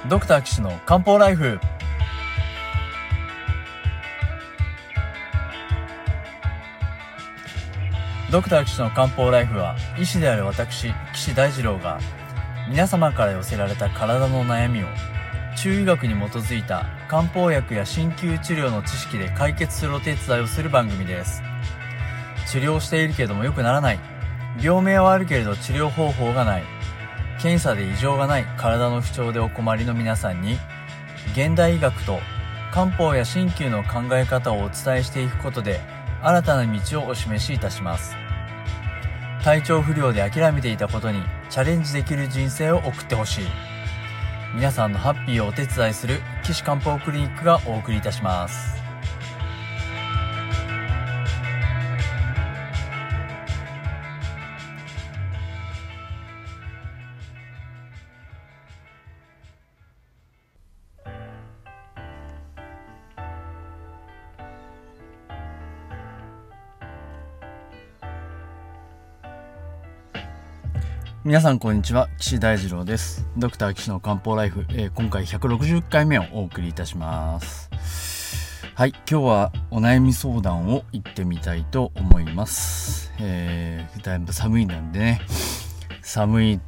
ドクター岸の漢方ライフ。ドクター岸の漢方ライフは、医師である私岸大二郎が皆様から寄せられた体の悩みを中医学に基づいた漢方薬や鍼灸治療の知識で解決するお手伝いをする番組です。治療しているけれども良くならない、病名はあるけれど治療方法がない、検査で異常がない体の不調でお困りの皆さんに、現代医学と漢方や鍼灸の考え方をお伝えしていくことで新たな道をお示しいたします。体調不良で諦めていたことにチャレンジできる人生を送ってほしい。皆さんのハッピーをお手伝いする岸漢方クリニックがお送りいたします。皆さんこんにちは、岸大二郎です。ドクター岸の漢方ライフ、今回160回目をお送りいたします。はい、今日はお悩み相談を行ってみたいと思います。だいぶ寒いなんでね、寒い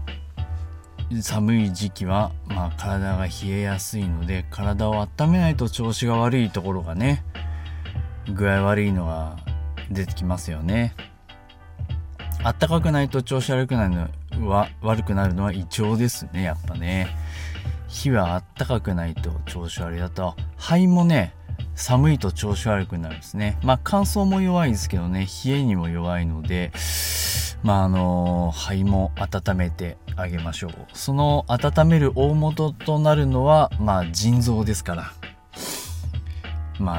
時期は、体が冷えやすいので、体を温めないと調子が悪いところがね、具合悪いのが出てきますよね。暖かくないと調子悪くなるのは胃腸ですね。やっぱね、火は暖かくないと調子悪いだと、肺もね寒いと調子悪くなるんですね。乾燥も弱いですけどね、冷えにも弱いので、肺も温めてあげましょう。その温める大元となるのは腎臓ですから、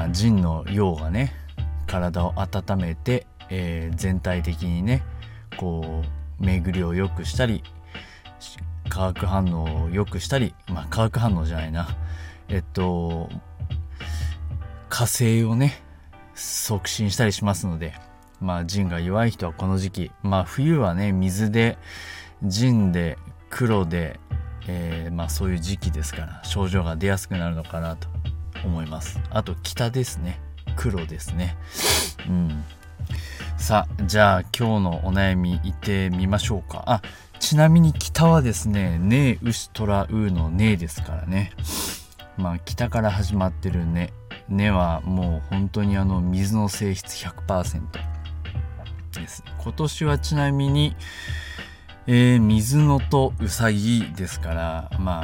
腎の陽がね体を温めて、全体的にね巡りを良くしたり、化学反応を良くしたり、化学反応じゃないな、活性をね促進したりしますので、腎が弱い人はこの時期、冬はね水で腎で黒で、そういう時期ですから症状が出やすくなるのかなと思います。あと北ですね、黒ですね。さあ、じゃあ今日のお悩みいってみましょうか。ちなみに北はですね、ねうしとらうのねですからね。北から始まってるねはもう本当に水の性質 100% です。今年はちなみに、水のとうさぎですから、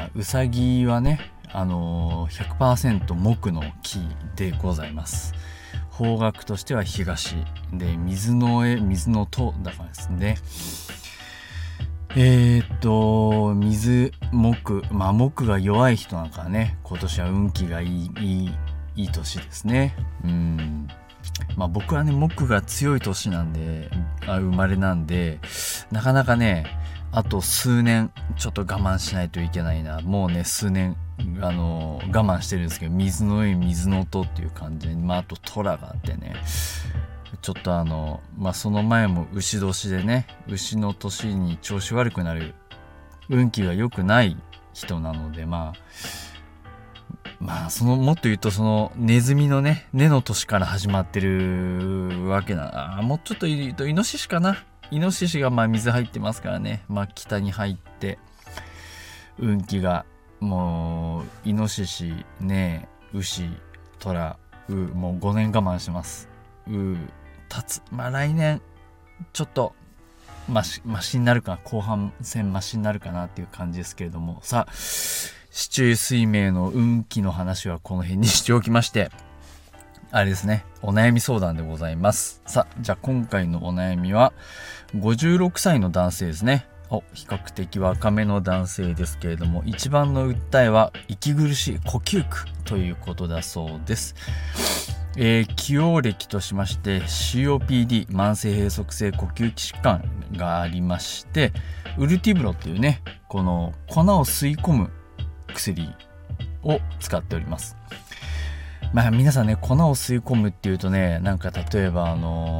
うさぎはね100% 木の木でございます。方角としては東で、水のとだからですね。水木、木が弱い人なんかね、今年は運気がいい年ですね。僕はね木が強い年なんで、生まれなんで、なかなかねあと数年ちょっと我慢しないといけないな。もうね数年我慢してるんですけど、水の上水の音っていう感じで、あと虎があってね、ちょっとその前も牛年でね、牛の年に調子悪くなる、運気が良くない人なので、もっと言うとそのネズミのね根の年から始まってるわけな。もうちょっと言うとイノシシかな。イノシシが水入ってますからね。北に入って運気が、もうイノシシね牛虎もう5年我慢します。来年ちょっとマシになるか、後半戦マシになるかなっていう感じですけれども、さあ四柱推命の運気の話はこの辺にしておきまして、あれですね、お悩み相談でございます。さあ、じゃあ今回のお悩みは56歳の男性ですね。比較的若めの男性ですけれども、一番の訴えは息苦しい呼吸苦ということだそうです。既往歴としまして COPD 慢性閉塞性呼吸器疾患がありまして、ウルティブロっていうねこの粉を吸い込む薬を使っております。皆さんね、粉を吸い込むっていうとね、例えば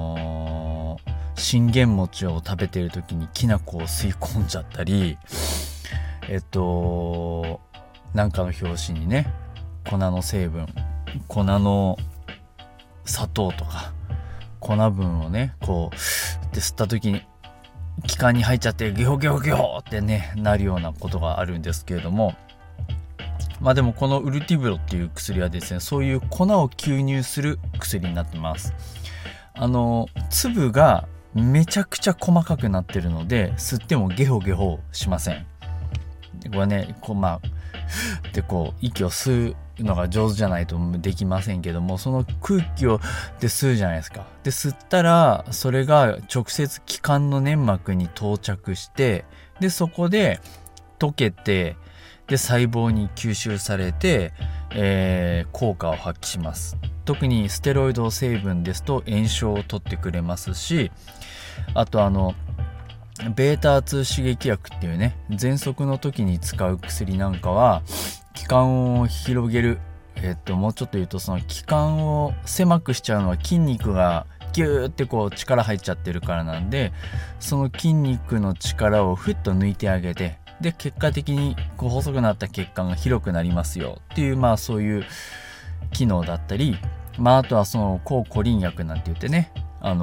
信玄餅を食べている時にきな粉を吸い込んじゃったり、 なんかの表紙にね、粉の成分、粉の砂糖とか粉分をねこうで吸った時に気管に入っちゃってギョギョギョってねなるようなことがあるんですけれども、まあでもこのウルティブロっていう薬はですね、そういう粉を吸入する薬になってます。粒がめちゃくちゃ細かくなってるので吸ってもゲホゲホしません。これねで息を吸うのが上手じゃないとできませんけども、その空気をで吸うじゃないですか。で吸ったらそれが直接気管の粘膜に到着して、でそこで溶けて、で細胞に吸収されて、効果を発揮します。特にステロイド成分ですと炎症を取ってくれますし、あとベータ2刺激薬っていうね、喘息の時に使う薬なんかは気管を広げる、もうちょっと言うとその気管を狭くしちゃうのは筋肉がギューって力入っちゃってるからなんで、その筋肉の力をふっと抜いてあげて、で結果的に細くなった血管が広くなりますよっていう、そういう機能だったり、あとはその抗コリン薬なんて言ってね、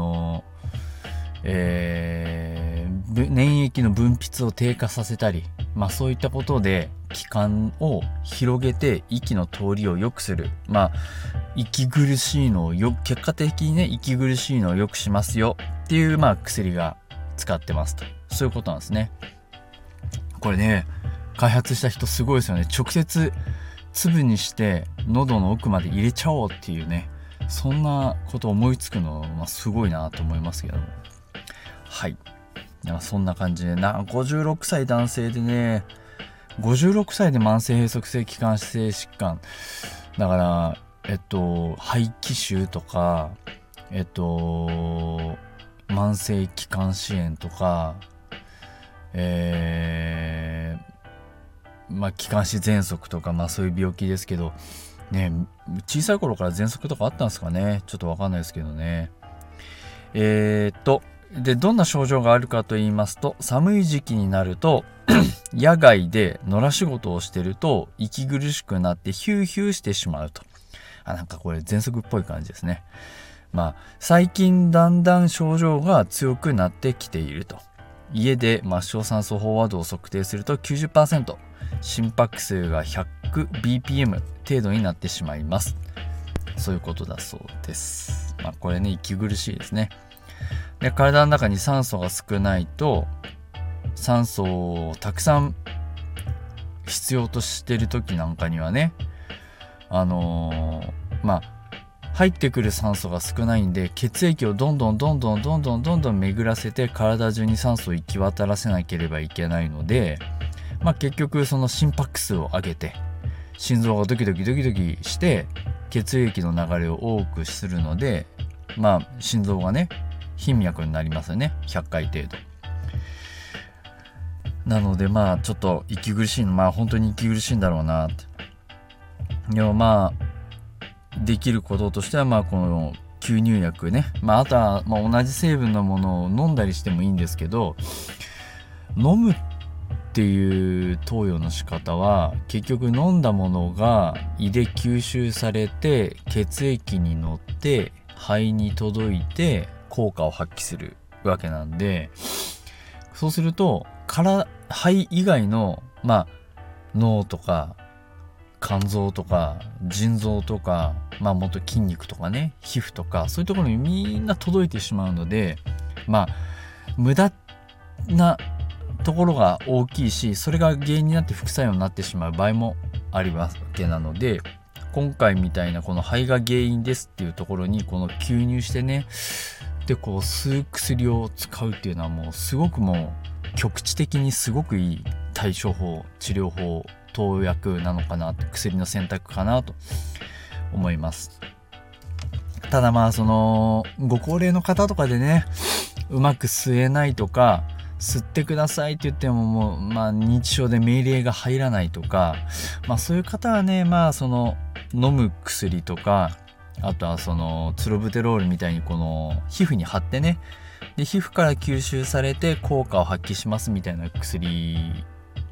粘液の分泌を低下させたり、そういったことで気管を広げて息の通りを良くする、息苦しいのを結果的にね息苦しいのを良くしますよっていう、薬が使ってますと、そういうことなんですね。これね開発した人すごいですよね。直接粒にして喉の奥まで入れちゃおうっていうね、そんなこと思いつくのはすごいなと思いますけども、はい、そんな感じで56歳男性でね、56歳で慢性閉塞性気管支性疾患だから、肺気腫とか、慢性気管支炎とか、気管支喘息とか、そういう病気ですけどね、小さい頃から喘息とかあったんですかね、ちょっと分かんないですけどね。でどんな症状があるかと言いますと、寒い時期になると野外で野良仕事をしてると息苦しくなってヒューヒューしてしまうと。なんかこれ喘息っぽい感じですね。最近だんだん症状が強くなってきていると。家で末梢酸素飽和度を測定すると 90%、 心拍数が 100bpm 程度になってしまいます。そういうことだそうです。これね息苦しいですね。で体の中に酸素が少ないと、酸素をたくさん必要としてる時なんかにはね、入ってくる酸素が少ないんで、血液をどんどん巡らせて体中に酸素を行き渡らせなければいけないので、結局その心拍数を上げて心臓がドキドキして血液の流れを多くするので、心臓がね頻脈になりますよね、100回程度。なのでちょっと息苦しいの、本当に息苦しいんだろうなって。でもできることとしてはこの吸入薬ね、あとは同じ成分のものを飲んだりしてもいいんですけど、飲むっていう投与の仕方は結局飲んだものが胃で吸収されて血液に乗って肺に届いて効果を発揮するわけなんで、そうすると肺以外の脳とか肝臓とか腎臓とか、もっと筋肉とかね皮膚とか、そういうところにみんな届いてしまうので、無駄なところが大きいし、それが原因になって副作用になってしまう場合もありますわけなので、今回みたいなこの肺が原因ですっていうところにこの吸入してね、で吸う薬を使うっていうのはもうすごく局地的にすごくいい対処法、治療法、投薬なのかなって、薬の選択かなと思います。ただそのご高齢の方とかでねうまく吸えないとか、吸ってくださいって言っても認知症で命令が入らないとか、そういう方はねその飲む薬とか、あとはそのツロブテロールみたいにこの皮膚に貼ってね、で皮膚から吸収されて効果を発揮しますみたいな薬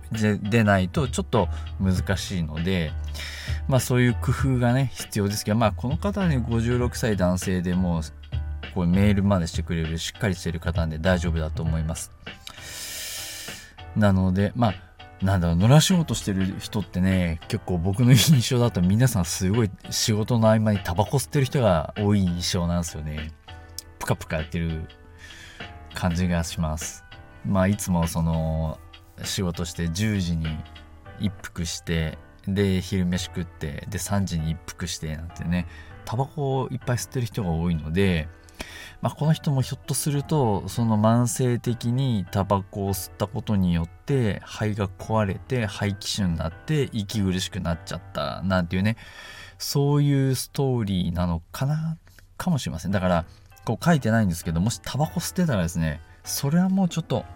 でないとちょっと難しいので、そういう工夫がね必要ですけど、この方はね56歳男性でもうこうメールまでしてくれるしっかりしてる方なんで大丈夫だと思います。なので野良仕事してる人ってね、結構僕の印象だと皆さんすごい仕事の合間にタバコ吸ってる人が多い印象なんですよね。プカプカやってる感じがします。いつもその仕事して10時に一服してで昼飯食ってで3時に一服してなんてね、タバコをいっぱい吸ってる人が多いので、この人もひょっとするとその慢性的にタバコを吸ったことによって肺が壊れて肺気腫になって息苦しくなっちゃったなんていうね、そういうストーリーなのかもしれません。だからこう書いてないんですけど、もしタバコ吸ってたらですね、それはもうちょっと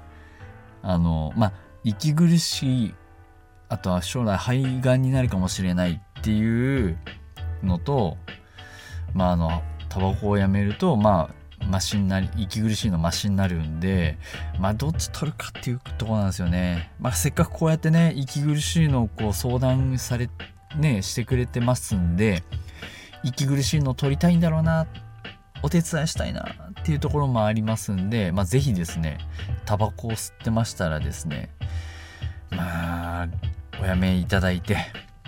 息苦しい、あとは将来肺がんになるかもしれないっていうのと、タバコをやめるとマシになり、息苦しいのマシになるんで、どっち取るかっていうところなんですよね。せっかくこうやってね息苦しいのをこう相談してくれてますんで、息苦しいのを取りたいんだろうな、お手伝いしたいなっていうところもありますんで、ぜひですねタバコを吸ってましたらですね、おやめいただいて、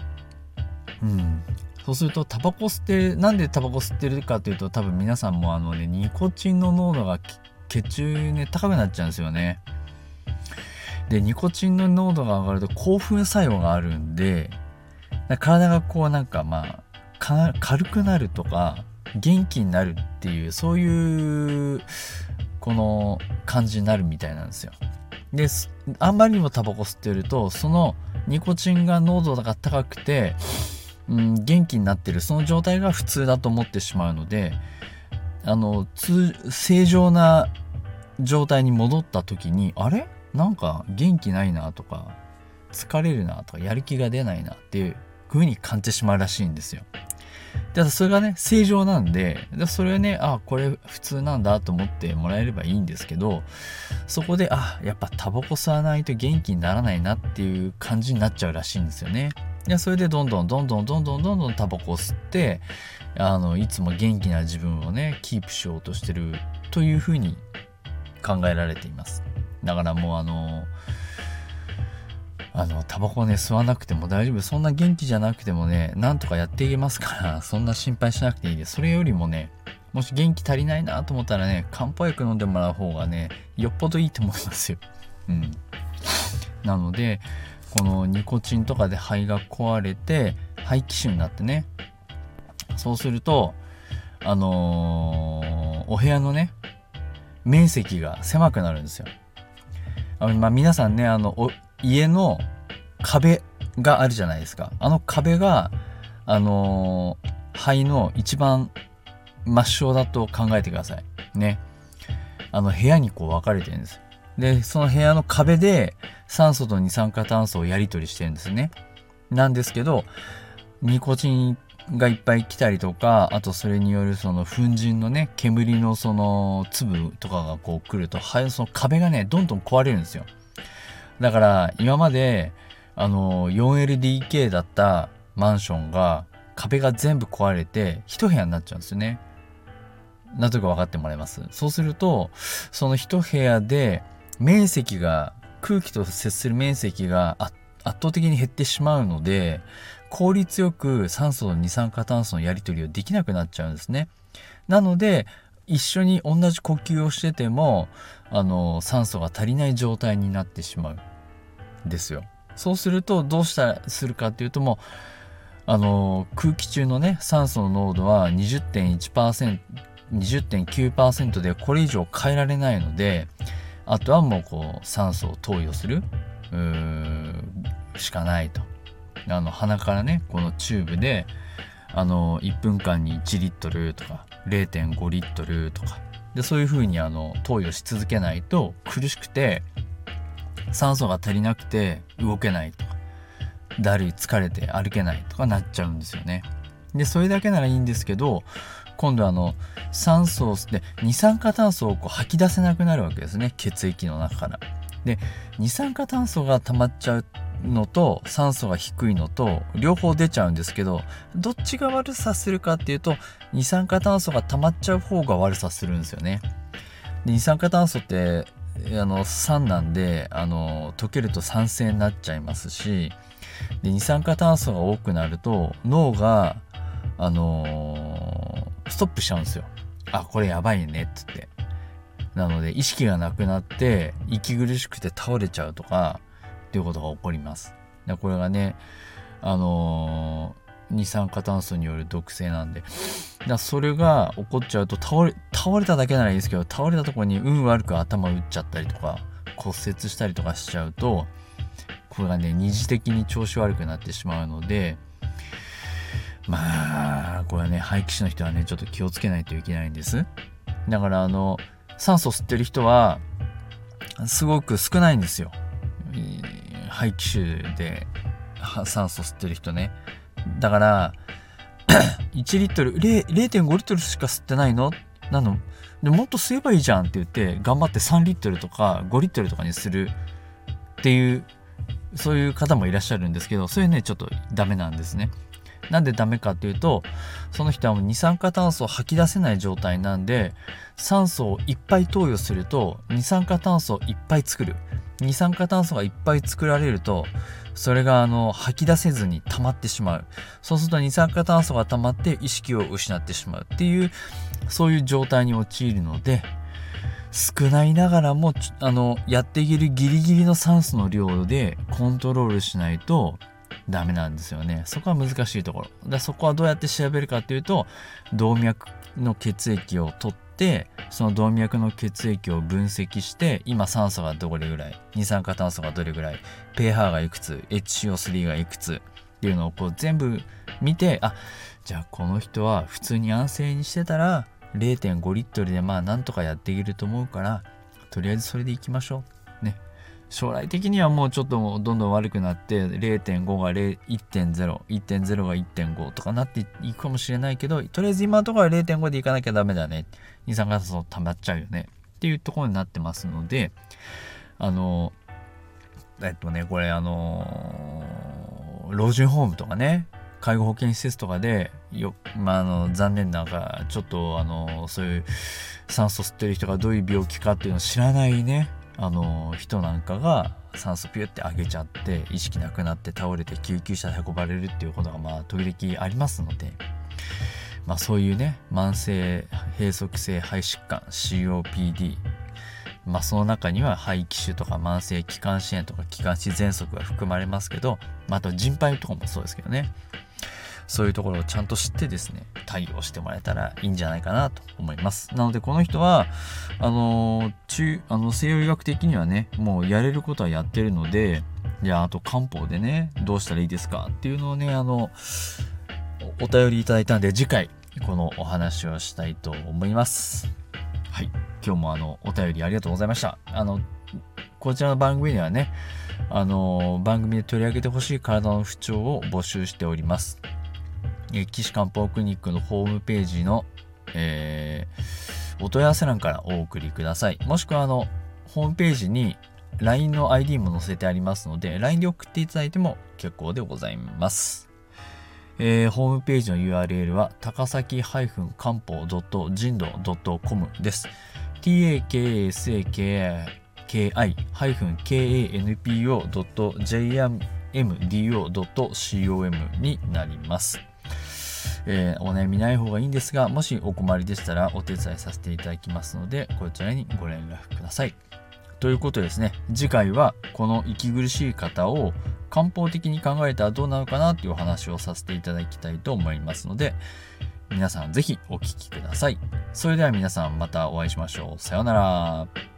そうするとなんでタバコ吸ってるかというと、多分皆さんもニコチンの濃度が血中ね高くなっちゃうんですよね。でニコチンの濃度が上がると興奮作用があるんで、体がこう軽くなるとか元気になるっていう、そういうこの感じになるみたいなんですよ。であんまりにもタバコ吸ってるとそのニコチンが濃度が高くて元気になってるその状態が普通だと思ってしまうので、正常な状態に戻った時になんか元気ないなとか疲れるなとかやる気が出ないなっていう風に感じてしまうらしいんですよ。でそれがね正常なんで、それはねこれ普通なんだと思ってもらえればいいんですけど、そこでやっぱタバコ吸わないと元気にならないなっていう感じになっちゃうらしいんですよね。それでどんどんタバコを吸っていつも元気な自分をねキープしようとしてるというふうに考えられています。だからもうタバコね吸わなくても大丈夫、そんな元気じゃなくてもねなんとかやっていけますから、そんな心配しなくていいです。それよりもね、もし元気足りないなと思ったらね漢方薬飲んでもらう方がねよっぽどいいと思いますよ。なのでこのニコチンとかで肺が壊れて肺気腫になってね、そうするとお部屋のね面積が狭くなるんですよ。皆さんね家の壁があるじゃないですか。壁が肺の一番末梢だと考えてくださいね。部屋にこう分かれてるんです。でその部屋の壁で酸素と二酸化炭素をやり取りしてるんですね。なんですけどニコチンがいっぱい来たりとか、あとそれによるその粉塵のね煙のその粒とかがこう来るとその壁がねどんどん壊れるんですよ。だから今まで4LDK だったマンションが壁が全部壊れて一部屋になっちゃうんですよね。なんとか分かってもらえます？そうするとその一部屋で空気と接する面積が圧倒的に減ってしまうので、効率よく酸素と二酸化炭素のやり取りをできなくなっちゃうんですね。なので一緒に同じ呼吸をしてても酸素が足りない状態になってしまうんですよ。そうするとどうするかっていうと、もう空気中のね酸素の濃度は 20.9% でこれ以上変えられないので、あとはもうこう酸素を投与するしかないと。鼻からねこのチューブで1分間に1リットルとか 0.5 リットルとかで、そういう風に投与し続けないと苦しくて酸素が足りなくて動けないとか、だるい疲れて歩けないとかなっちゃうんですよね。でそれだけならいいんですけど、今度酸素を吸って二酸化炭素をこう吐き出せなくなるわけですね、血液の中から。 で二酸化炭素が溜まっちゃうのと酸素が低いのと両方出ちゃうんですけど、どっちが悪さするかっていうと二酸化炭素が溜まっちゃう方が悪さするんですよね。で二酸化炭素って酸なんで溶けると酸性になっちゃいますし、で二酸化炭素が多くなると脳がストップしちゃうんですよ。あ、これやばいねっつって。なので意識がなくなって息苦しくて倒れちゃうとかっていうことが起こります。でこれがね二酸化炭素による毒性なんで、それが起こっちゃうと倒れただけならいいですけど、倒れたところに運悪く頭打っちゃったりとか骨折したりとかしちゃうと、これがね二次的に調子悪くなってしまうので、まあこれはね肺気腫の人はねちょっと気をつけないといけないんです。だから酸素吸ってる人はすごく少ないんですよ。肺気腫で酸素吸ってる人ね。だから1リットル 0.5 リットルしか吸ってないのでもっと吸えばいいじゃんって言って頑張って3リットルとか5リットルとかにするっていうそういう方もいらっしゃるんですけど、それねちょっとダメなんですね。なんでダメかっていうと、その人はもう二酸化炭素を吐き出せない状態なんで、酸素をいっぱい投与すると二酸化炭素をいっぱい作る。二酸化炭素がいっぱい作られるとそれが吐き出せずに溜まってしまう。そうすると二酸化炭素が溜まって意識を失ってしまうっていうそういう状態に陥るので、少ないながらもやっていけるギリギリの酸素の量でコントロールしないとダメなんですよね。そこは難しいところ。そこはどうやって調べるかっていうと、動脈の血液を取って、その動脈の血液を分析して、今酸素がどれぐらい、二酸化炭素がどれぐらい、pH がいくつ、HCO3 がいくつっていうのをこう全部見て、じゃあこの人は普通に安静にしてたら 0.5 リットルでなんとかやっていけると思うから、とりあえずそれでいきましょうね。将来的にはもうちょっとどんどん悪くなって 0.5 が 1.0 が 1.5 とかなっていくかもしれないけど、とりあえず今のところは 0.5 でいかなきゃダメだね、二酸化炭素溜まっちゃうよねっていうところになってますので、これ老人ホームとかね、介護保健施設とかで残念ながらちょっとそういう酸素吸ってる人がどういう病気かっていうのを知らないね人なんかが酸素ピュって上げちゃって意識なくなって倒れて救急車で運ばれるっていうことが時々ありますので、そういうね慢性閉塞性肺疾患 COPD、その中には肺気腫とか慢性気管支炎とか気管支喘息が含まれますけど、あと腎肺とかもそうですけどね、そういうところをちゃんと知ってですね対応してもらえたらいいんじゃないかなと思います。なのでこの人は西洋医学的にはねもうやれることはやってるので、じゃああと漢方でねどうしたらいいですかっていうのをねお便りいただいたので、次回このお話をしたいと思います。はい、今日もお便りありがとうございました。こちらの番組ではね番組で取り上げてほしい体の不調を募集しております。岸漢方クリニックのホームページの、お問い合わせ欄からお送りください。もしくはホームページに LINE の ID も載せてありますので LINE で送っていただいても結構でございます。ホームページの URL は高崎漢方人道 .com です。takasaki-kanpo.jmdo.com になります。お悩みない方がいいんですが、もしお困りでしたらお手伝いさせていただきますので、こちらにご連絡ください。ということでですね、次回はこの息苦しい方を漢方的に考えたらどうなのかなというお話をさせていただきたいと思いますので、皆さんぜひお聞きください。それでは皆さんまたお会いしましょう。さようなら。